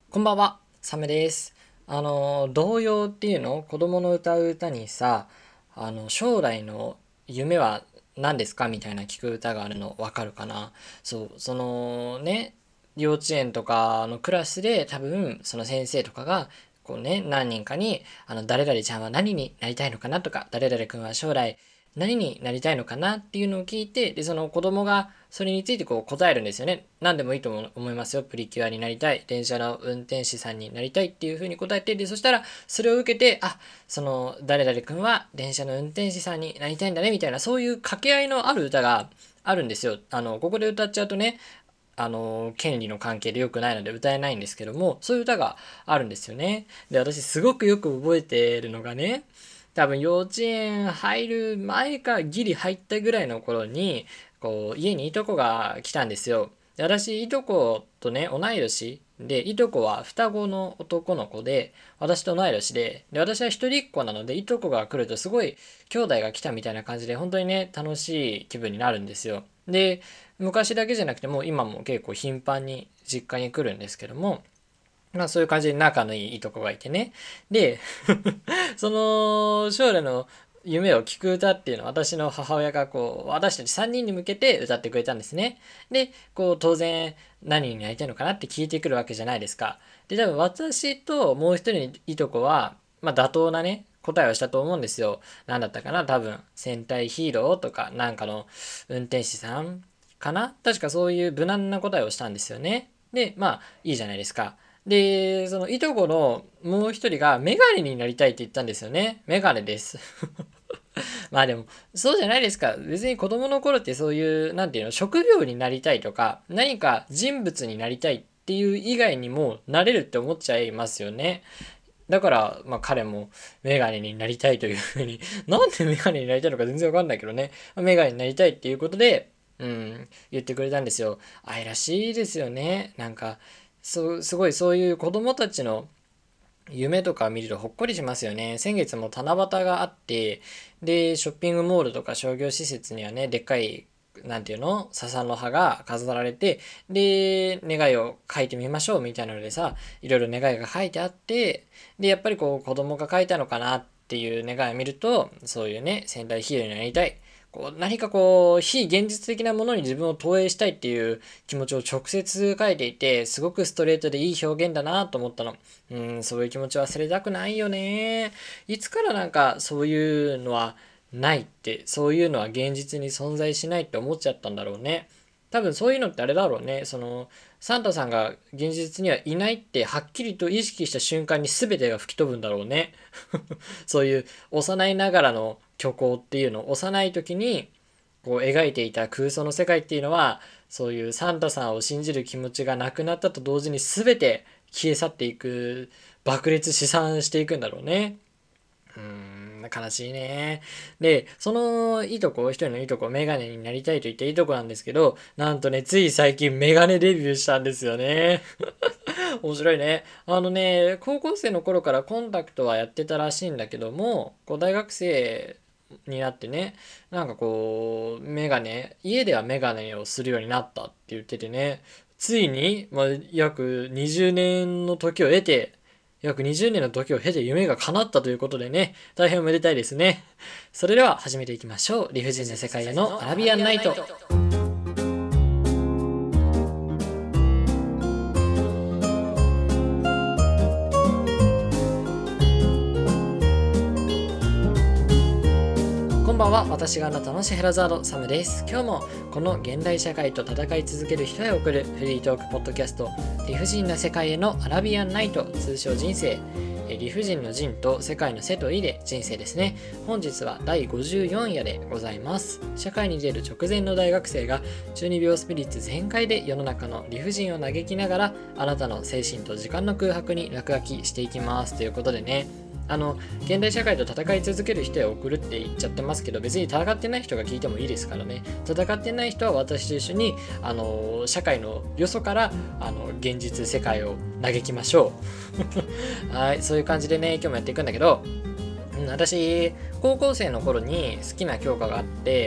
こんばんは、サムです。童謡っていうの子供の歌う歌にさ、将来の夢は何ですかみたいな聞く歌があるのわかるかな。そう、そのね、幼稚園とかのクラスで多分その先生とかがこうね、何人かに、誰々ちゃんは何になりたいのかなとか、誰々君は将来何になりたいのかなっていうのを聞いて、で、その子供がそれについてこう答えるんですよね。何でもいいと思いますよ。プリキュアになりたい。電車の運転士さんになりたいっていう風に答えて、で、そしたらそれを受けて、その誰々君は電車の運転士さんになりたいんだね、みたいな、そういう掛け合いのある歌があるんですよ。ここで歌っちゃうとね、権利の関係で良くないので歌えないんですけども、そういう歌があるんですよね。で、私すごくよく覚えてるのがね、多分幼稚園入る前かギリ入ったぐらいの頃に、こう、家にいとこが来たんですよ。で、私、いとことね、同い年で、いとこは双子の男の子で、私と同い年で、私は一人っ子なので、いとこが来るとすごい兄弟が来たみたいな感じで、本当にね、楽しい気分になるんですよ。で、昔だけじゃなくても、今も結構頻繁に実家に来るんですけども、そういう感じで仲のいいいとこがいてね。で、その将来の夢を聞く歌っていうのを私の母親がこう私たち3人に向けて歌ってくれたんですね。で、こう当然何になりたいのかなって聞いてくるわけじゃないですか。で、多分私ともう一人のいとこは、妥当なね、答えをしたと思うんですよ。何だったかな、多分戦隊ヒーローとかなんかの運転士さんかな、確かそういう無難な答えをしたんですよね。で、いいじゃないですか。で、そのいとこのもう一人がメガネになりたいって言ったんですよね。メガネです。でも、そうじゃないですか。別に子供の頃ってそういう、なんていうの、職業になりたいとか、何か人物になりたいっていう以外にもなれるって思っちゃいますよね。だから、彼もメガネになりたいというふうに、なんでメガネになりたいのか全然わかんないけどね。メガネになりたいっていうことで、言ってくれたんですよ。愛らしいですよね。なんか、すごいそういう子供たちの夢とか見るとほっこりしますよね。先月も七夕があって、で、ショッピングモールとか商業施設にはね、でっかい、なんていうの笹の葉が飾られて、で、願いを書いてみましょうみたいなのでさ、いろいろ願いが書いてあって、で、やっぱりこう子供が書いたのかなっていう願いを見ると、そういうね、戦隊ヒーローになりたい。こう何かこう非現実的なものに自分を投影したいっていう気持ちを直接書いていて、すごくストレートでいい表現だなと思ったの。そういう気持ち忘れたくないよね。いつからなんかそういうのはないって、そういうのは現実に存在しないって思っちゃったんだろうね。多分そういうのってあれだろうね。サンタさんが現実にはいないってはっきりと意識した瞬間に全てが吹き飛ぶんだろうね。そういう幼いながらの虚構っていうの、幼い時にこう描いていた空想の世界っていうのは、そういうサンタさんを信じる気持ちがなくなったと同時に全て消え去っていく、爆裂試算していくんだろうね。悲しいね。で、そのいとこ、一人のいとこ、メガネになりたいと言ったいとこなんですけど、なんとね、つい最近メガネデビューしたんですよね。面白いね。高校生の頃からコンタクトはやってたらしいんだけども、こう大学生になってね、なんかこう、メガネ、家ではメガネをするようになったって言っててね、ついに、約20年の時を経て、約20年の時を経て夢が叶ったということでね、大変おめでたいですね。それでは始めていきましょう。理不尽な世界へのアラビアンナイト。こんばんは、私があなたのシェヘラザードサムです。今日もこの現代社会と戦い続ける人へ送るフリートークポッドキャスト、理不尽な世界へのアラビアンナイト、通称人生。理不尽の人と世界の世と意で人生ですね。本日は第54夜でございます。社会に出る直前の大学生が中二病スピリッツ全開で世の中の理不尽を嘆きながら、あなたの精神と時間の空白に落書きしていきますということでね、現代社会と戦い続ける人へ送るって言っちゃってますけど、別に戦ってない人が聞いてもいいですからね。戦ってない人は私と一緒に社会のよそから現実世界を嘆きましょう。はい、そういう感じでね、今日もやっていくんだけど、私高校生の頃に好きな教科があって、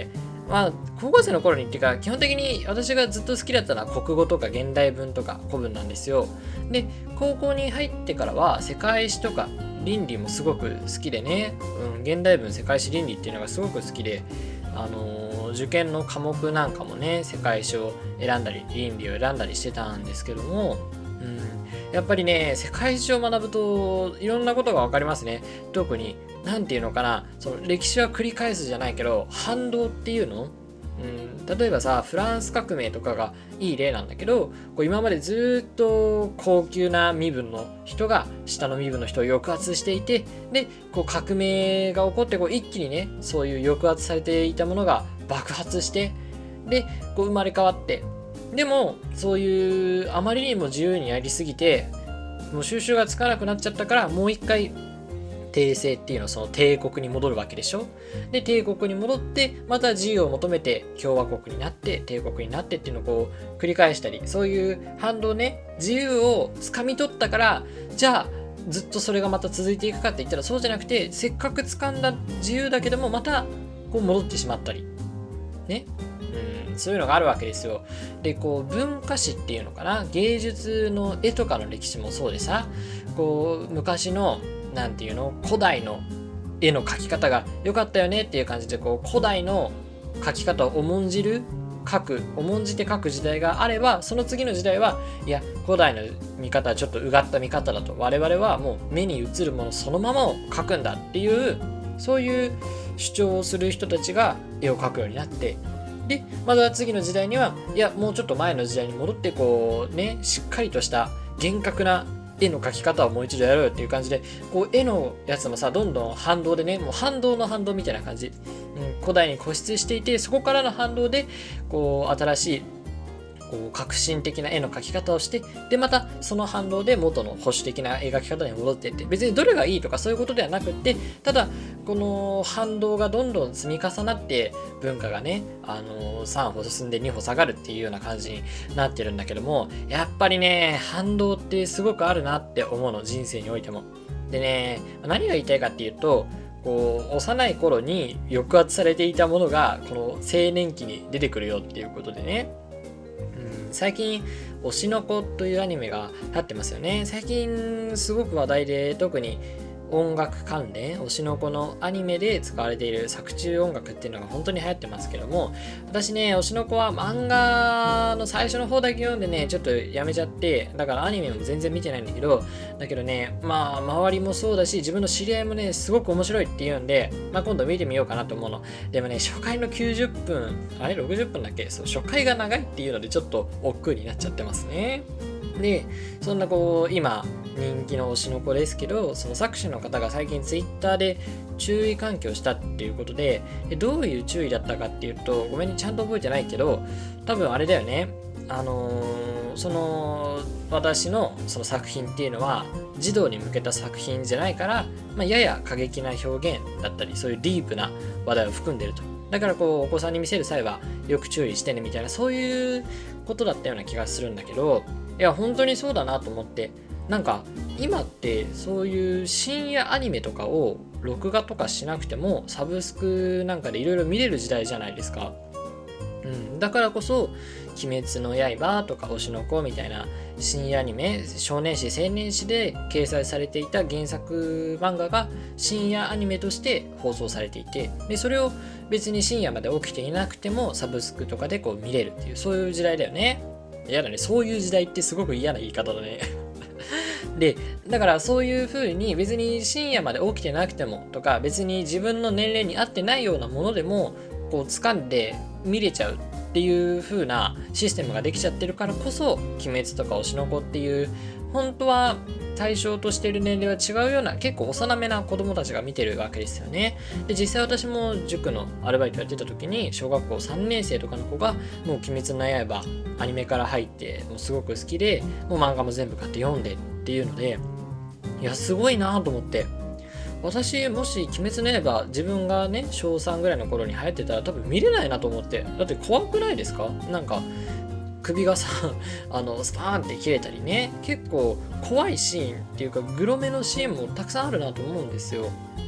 まあ高校生の頃にっていうか、基本的に私がずっと好きだったのは国語とか現代文とか古文なんですよ。で高校に入ってからは世界史とか倫理もすごく好きでね、現代文世界史倫理っていうのがすごく好きで、受験の科目なんかもね世界史を選んだり倫理を選んだりしてたんですけども、やっぱりね世界史を学ぶといろんなことが分かりますね。特に何て言うのかな、その歴史は繰り返すじゃないけど反動っていうの、例えばさフランス革命とかがいい例なんだけど、こう今までずっと高級な身分の人が下の身分の人を抑圧していて、でこう革命が起こってこう一気にねそういう抑圧されていたものが爆発して、でこう生まれ変わって、でもそういうあまりにも自由にやりすぎてもう収拾がつかなくなっちゃったから、もう一回帝政っていうのはその帝国に戻るわけでしょ。で帝国に戻ってまた自由を求めて共和国になって帝国になってっていうのをこう繰り返したり、そういう反動ね、自由を掴み取ったからじゃあずっとそれがまた続いていくかって言ったらそうじゃなくて、せっかく掴んだ自由だけどもまたこう戻ってしまったりね、そういうのがあるわけですよ。でこう文化史っていうのかな、芸術の絵とかの歴史もそうでさ、こう昔のなんていうの古代の絵の描き方が良かったよねっていう感じで、こう古代の描き方を重んじて描く時代があれば、その次の時代はいや古代の見方はちょっとうがった見方だと、我々はもう目に映るものそのままを描くんだっていう、そういう主張をする人たちが絵を描くようになって、でまた次の時代にはいやもうちょっと前の時代に戻ってこうねしっかりとした厳格な絵の描き方をもう一度やろうよっていう感じで、こう絵のやつもさどんどん反動でね、もう反動の反動みたいな感じ、古代に固執していてそこからの反動でこう新しいこう革新的な絵の描き方をして、でまたその反動で元の保守的な描き方に戻っていって、別にどれがいいとかそういうことではなくって、ただこの反動がどんどん積み重なって文化がね、3歩進んで2歩下がるっていうような感じになってるんだけども、やっぱりね反動ってすごくあるなって思うの、人生においても。でね、何が言いたいかっていうと、こう幼い頃に抑圧されていたものがこの青年期に出てくるよっていうことでね、最近推しの子というアニメが流行ってますよね。最近すごく話題で、特に音楽関連推しの子のアニメで使われている作中音楽っていうのが本当に流行ってますけども、私ね推しの子は漫画の最初の方だけ読んでねちょっとやめちゃって、だからアニメも全然見てないんだけどね、まあ周りもそうだし自分の知り合いもねすごく面白いって言うんで、今度見てみようかなと思うの。でもね初回の90分あれ60分だっけ、そう初回が長いっていうのでちょっと億劫になっちゃってますね。でそんなこう今人気の推しの子ですけど、その作者の方が最近ツイッターで注意喚起をしたっていうことで、どういう注意だったかっていうと、ごめんねちゃんと覚えてないけど、多分あれだよね、その私のその作品っていうのは児童に向けた作品じゃないから、やや過激な表現だったりそういうディープな話題を含んでると、だからこうお子さんに見せる際はよく注意してねみたいな、そういうことだったような気がするんだけど、いや本当にそうだなと思って、なんか今ってそういう深夜アニメとかを録画とかしなくてもサブスクなんかでいろいろ見れる時代じゃないですか。だからこそ鬼滅の刃とか推しの子みたいな深夜アニメ、少年誌青年誌で掲載されていた原作漫画が深夜アニメとして放送されていて、でそれを別に深夜まで起きていなくてもサブスクとかでこう見れるっていう、そういう時代だよね。嫌だね、そういう時代ってすごく嫌な言い方だねでだからそういう風に別に深夜まで起きてなくてもとか、別に自分の年齢に合ってないようなものでもこう掴んで見れちゃうっていう風なシステムができちゃってるからこそ、鬼滅とか推しの子っていう本当は対象としている年齢は違うような結構幼めな子供たちが見てるわけですよね。で実際私も塾のアルバイトやってた時に小学校3年生とかの子がもう鬼滅の刃アニメから入ってもうすごく好きで、もう漫画も全部買って読んでっていうので、いやすごいなと思って、私もし鬼滅の刃自分がね小3ぐらいの頃に流行ってたら多分見れないなと思って。だって怖くないですか？なんか首がさスパーンって切れたりね、結構怖いシーンっていうかグロめのシーンもたくさんあるなと思うんですよ。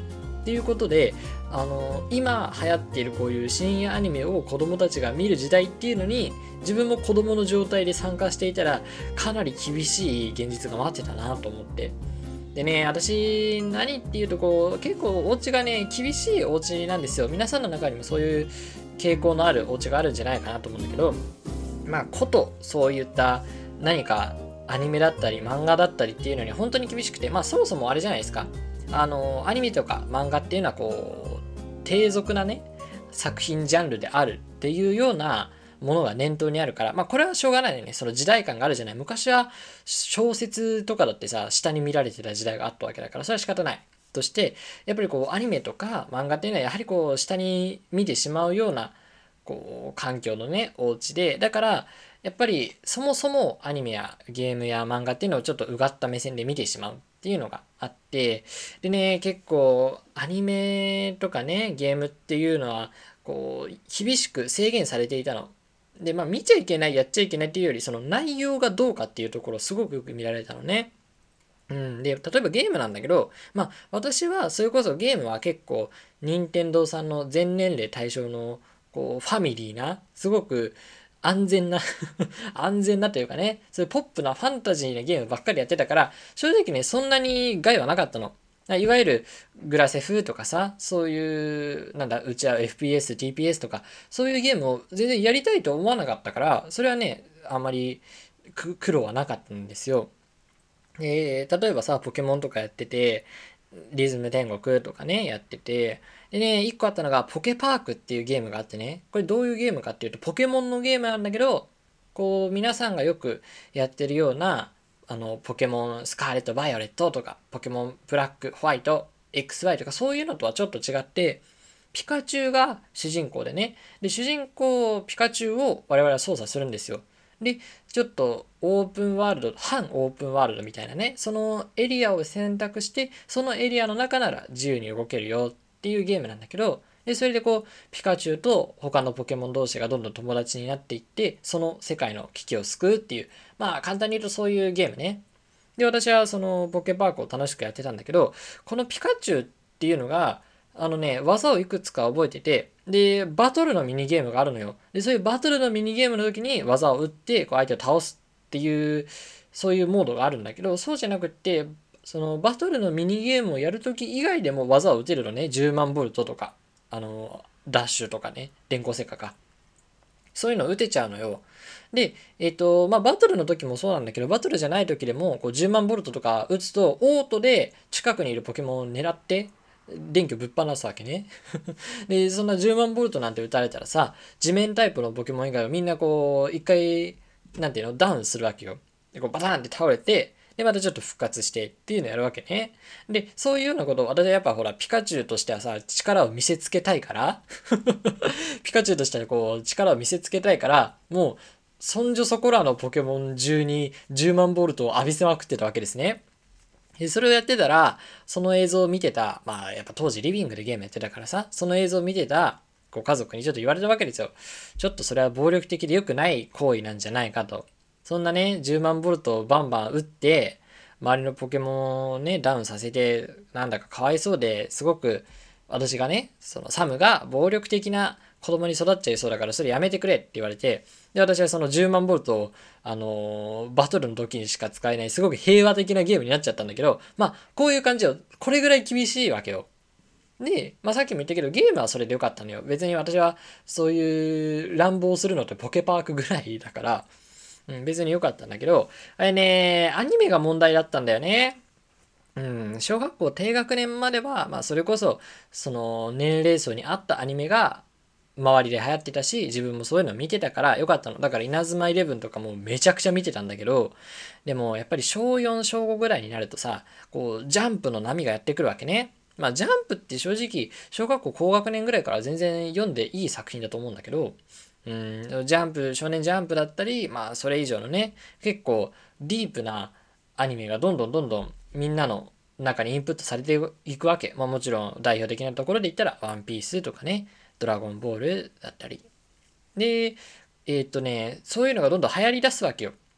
っていうことで、今流行っているこういう深夜アニメを子供たちが見る時代っていうのに、自分も子供の状態で参加していたら、かなり厳しい現実が待ってたなと思って。でね、私、何っていうと結構お家がね、厳しいお家なんですよ。皆さんの中にもそういう傾向のあるお家があるんじゃないかなと思うんだけど、そういった何かアニメだったり漫画だったりっていうのに本当に厳しくて、そもそもあれじゃないですか。アニメとか漫画っていうのは低俗なね、作品ジャンルであるっていうようなものが念頭にあるから、これはしょうがないよね。その時代感があるじゃない。昔は小説とかだってさ、下に見られてた時代があったわけだから、それは仕方ない。として、やっぱりアニメとか漫画っていうのはやはり下に見てしまうような、環境のね、お家で、だから、やっぱりそもそもアニメやゲームや漫画っていうのをちょっとうがった目線で見てしまうっていうのがあって、でね、結構アニメとかね、ゲームっていうのは、厳しく制限されていたの。で、見ちゃいけない、やっちゃいけないっていうより、その内容がどうかっていうところをすごくよく見られたのね。で、例えばゲームなんだけど、私はそれこそゲームは結構、任天堂さんの全年齢対象の、ファミリーな、すごく安全な安全なというかね、そういうポップなファンタジーなゲームばっかりやってたから、正直ね、そんなに害はなかったの。いわゆるグラセフとかさ、そういう、うちは FPS、TPS とか、そういうゲームを全然やりたいと思わなかったから、それはね、あんまり苦労はなかったんですよ。例えばさ、ポケモンとかやってて、リズム天国とかね、やってて、でね、一個あったのが、ポケパークっていうゲームがあってね、これどういうゲームかっていうと、ポケモンのゲームなんだけど、皆さんがよくやってるような、ポケモンスカーレット、バイオレットとか、ポケモンブラック、ホワイト、XY とか、そういうのとはちょっと違って、ピカチュウが主人公でね、で、主人公ピカチュウを我々は操作するんですよ。で、ちょっとオープンワールド、反オープンワールドみたいなね、そのエリアを選択して、そのエリアの中なら自由に動けるよっていうゲームなんだけど、で、それでピカチュウと他のポケモン同士がどんどん友達になっていって、その世界の危機を救うっていう、簡単に言うとそういうゲームね。で、私はそのポケパークを楽しくやってたんだけど、このピカチュウっていうのが、技をいくつか覚えてて、で、バトルのミニゲームがあるのよ。で、そういうバトルのミニゲームの時に技を打って、相手を倒すっていう、そういうモードがあるんだけど、そうじゃなくって、そのバトルのミニゲームをやるとき以外でも技を打てるのね。10万ボルトとか、ダッシュとかね、電光石火か。そういうの打てちゃうのよ。で、バトルの時もそうなんだけど、バトルじゃない時でも、10万ボルトとか打つと、オートで近くにいるポケモンを狙って、電気をぶっ放すわけね。で、そんな10万ボルトなんて打たれたらさ、地面タイプのポケモン以外はみんな一回、なんていうの、ダウンするわけよ。で、バターンって倒れて、で、またちょっと復活してっていうのをやるわけね。で、そういうようなことを、私はやっぱほら、ピカチュウとしてはさ、力を見せつけたいからピカチュウとしては力を見せつけたいから、もう、そんじょそこらのポケモン中に10万ボルトを浴びせまくってたわけですね。で、それをやってたら、その映像を見てた、やっぱ当時リビングでゲームやってたからさ、その映像を見てた、ご家族にちょっと言われたわけですよ。ちょっとそれは暴力的で良くない行為なんじゃないかと。そんなね、10万ボルトをバンバン打って、周りのポケモンをね、ダウンさせて、なんだかかわいそうで、すごく、私がね、そのサムが暴力的な子供に育っちゃいそうだから、それやめてくれって言われて、で、私はその10万ボルトを、バトルの時にしか使えない、すごく平和的なゲームになっちゃったんだけど、こういう感じよ。これぐらい厳しいわけよ。で、さっきも言ったけど、ゲームはそれでよかったのよ。別に私は、そういう乱暴するのってポケパークぐらいだから、別に良かったんだけど、あれね、アニメが問題だったんだよね。小学校低学年までは、それこそ、その年齢層に合ったアニメが周りで流行ってたし、自分もそういうの見てたから良かったの。だから稲妻イレブンとかもめちゃくちゃ見てたんだけど、でもやっぱり小4、小5ぐらいになるとさ、ジャンプの波がやってくるわけね。ジャンプって正直、小学校高学年ぐらいから全然読んでいい作品だと思うんだけど、ジャンプ、少年ジャンプだったり、それ以上のね、結構ディープなアニメがどんどんどんどんみんなの中にインプットされていくわけ。もちろん代表的なところで言ったら、ワンピースとかね、ドラゴンボールだったり。で、そういうのがどんどん流行り出すわけよ。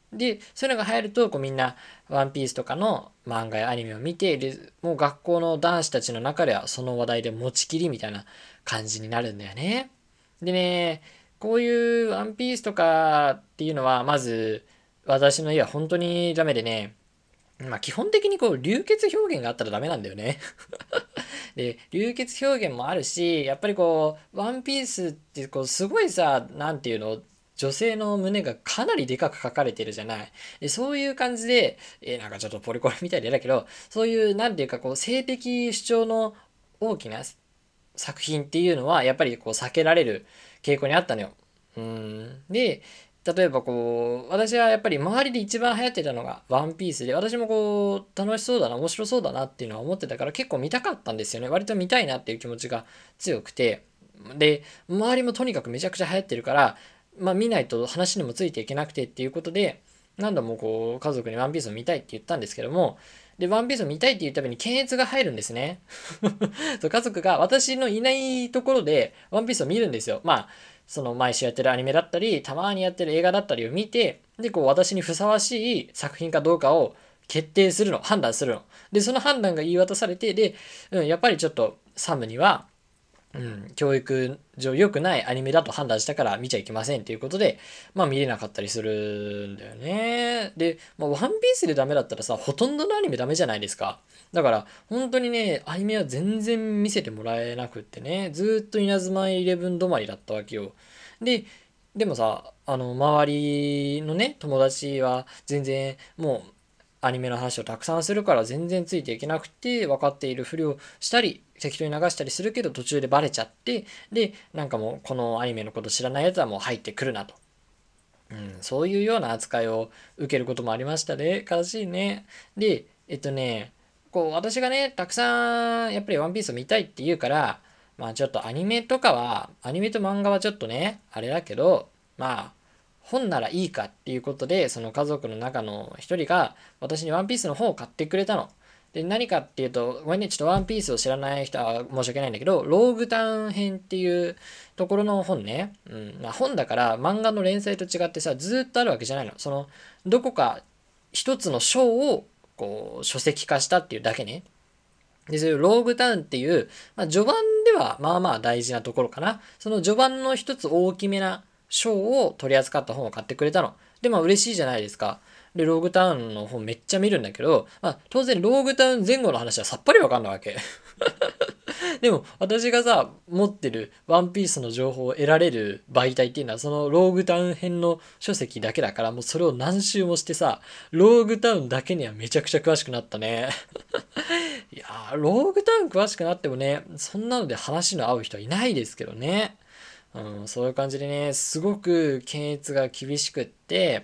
で、そういうのが流行ると、こうみんな、ワンピースとかの漫画やアニメを見て、で、もう学校の男子たちの中ではその話題で持ちきりみたいな感じになるんだよね。でね、こういうワンピースとかっていうのは、まず、私の家は本当にダメでね、まあ基本的にこう流血表現があったらダメなんだよね。で、流血表現もあるし、やっぱりこう、ワンピースってこう、すごいさ、なんていうの、女性の胸がかなりでかく描かれてるじゃない。で、そういう感じで、なんかちょっとポリコレみたいでだけど、そういう、なんていうかこう、性的主張の大きな作品っていうのは、やっぱりこう、避けられる傾向にあったのよ。で、例えばこう、私はやっぱり周りで一番流行ってたのがワンピースで、私もこう、楽しそうだな、面白そうだなっていうのは思ってたから結構見たかったんですよね。割と見たいなっていう気持ちが強くて。で、周りもとにかくめちゃくちゃ流行ってるから、まあ見ないと話にもついていけなくてっていうことで、何度もこう、家族にワンピースを見たいって言ったんですけども、で、ワンピースを見たいっていうたびに検閲が入るんですね。そう、家族が私のいないところでワンピースを見るんですよ。まあ、その毎週やってるアニメだったり、たまにやってる映画だったりを見て、で、こう私にふさわしい作品かどうかを決定するの、判断するの。で、その判断が言い渡されて、で、やっぱりちょっとサムには、教育上良くないアニメだと判断したから見ちゃいけませんっていうことで、まあ見れなかったりするんだよね。で、まあ、ワンピースでダメだったらさ、ほとんどのアニメダメじゃないですか。だから、本当にね、アニメは全然見せてもらえなくってね、ずーっと稲妻イレブン止まりだったわけよ。で、でもさ、周りのね、友達は全然もうアニメの話をたくさんするから全然ついていけなくて、分かっているふりをしたり適当に流したりするけど途中でバレちゃって、でなんかもうこのアニメのこと知らないやつはもう入ってくるなと、そういうような扱いを受けることもありましたね。悲しいね。でこう私がねたくさんやっぱりワンピースを見たいって言うから、まあちょっとアニメと漫画はちょっとねあれだけど、まあ本ならいいかっていうことで、その家族の中の一人が私にワンピースの本を買ってくれたの。で、何かっていうと、ごめんね、ちょっとワンピースを知らない人は申し訳ないんだけど、ローグタウン編っていうところの本ね。まあ、本だから漫画の連載と違ってさ、ずーっとあるわけじゃないの。どこか一つの章をこう書籍化したっていうだけね。で、そういうローグタウンっていう、まあ、序盤ではまあまあ大事なところかな。その序盤の一つ大きめな章を取り扱った本を買ってくれたの。で、まあ嬉しいじゃないですか。で、ローグタウンの本めっちゃ見るんだけど、まあ当然ローグタウン前後の話はさっぱりわかんないわけ。でも私がさ、持ってるワンピースの情報を得られる媒体っていうのはそのローグタウン編の書籍だけだから、もうそれを何周もしてさ、ローグタウンだけにはめちゃくちゃ詳しくなったね。いやー、ローグタウン詳しくなってもね、そんなので話の合う人はいないですけどね。そういう感じでね、すごく検閲が厳しくって、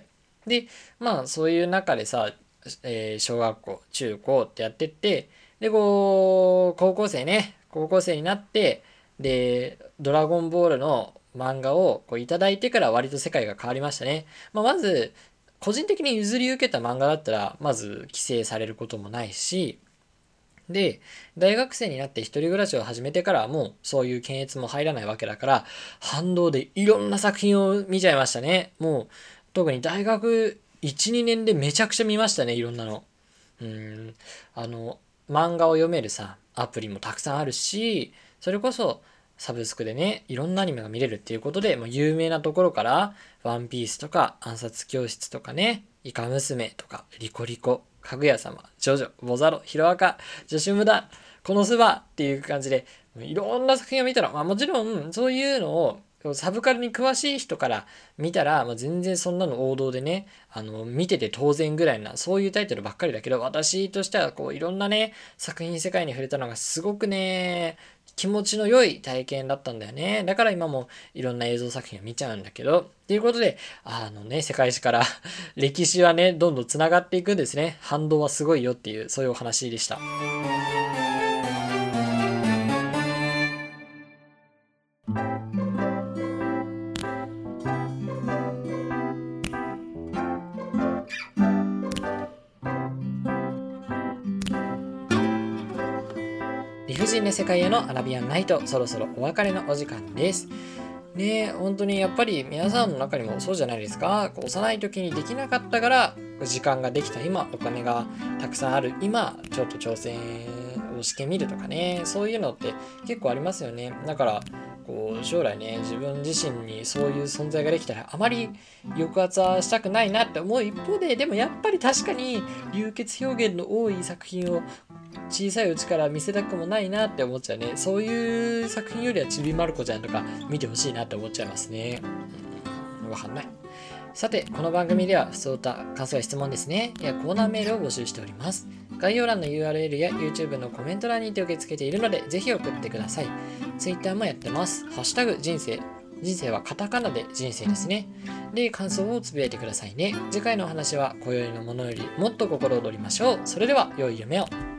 で、まあそういう中でさ、小学校、中高ってやってって、で、こう、高校生になって、で、ドラゴンボールの漫画をこういただいてから割と世界が変わりましたね。まあ、まず、個人的に譲り受けた漫画だったら、まず規制されることもないし、で、大学生になって一人暮らしを始めてからはもうそういう検閲も入らないわけだから、反動でいろんな作品を見ちゃいましたね。もう、特に大学1、2年でめちゃくちゃ見ましたね、いろんなの。うん、あの、漫画を読めるさ、アプリもたくさんあるし、それこそサブスクでね、いろんなアニメが見れるっていうことで、もう有名なところから、ワンピースとか、暗殺教室とかね、イカ娘とか、リコリコ、かぐや様、ジョジョ、ボザロ、ヒロアカ、ジョシュムダ、このスバっていう感じで、いろんな作品を見たら、まあもちろん、そういうのを、サブカルに詳しい人から見たら、まあ、全然そんなの王道でね、見てて当然ぐらいな、そういうタイトルばっかりだけど、私としてはこういろんなね、作品世界に触れたのがすごくね、気持ちの良い体験だったんだよね。だから今もいろんな映像作品を見ちゃうんだけど、っていうことで、世界史から歴史はね、どんどん繋がっていくんですね。反動はすごいよっていう、そういうお話でした。理不尽な世界へのアラビアンナイト、そろそろお別れのお時間です。 ねえ、本当にやっぱり皆さんの中にもそうじゃないですか。こう幼い時にできなかったから時間ができた今、お金がたくさんある今、ちょっと挑戦をしてみるとかね、そういうのって結構ありますよね。だからこう将来ね、自分自身にそういう存在ができたらあまり抑圧はしたくないなって思う一方で、でもやっぱり確かに流血表現の多い作品を小さいうちから見せたくもないなって思っちゃうね。そういう作品よりはちびまる子ちゃんとか見てほしいなって思っちゃいますね。わかんない。さて、この番組では普通歌、感想や質問ですね、コーナーメールを募集しております。概要欄の URL や YouTube のコメント欄にて受け付けているので、ぜひ送ってください。Twitter もやってます。ハッシュタグ人生。人生はカタカナで人生ですね。で、感想をつぶやいてくださいね。次回のお話は今宵のものよりもっと心躍りましょう。それでは、良い夢を。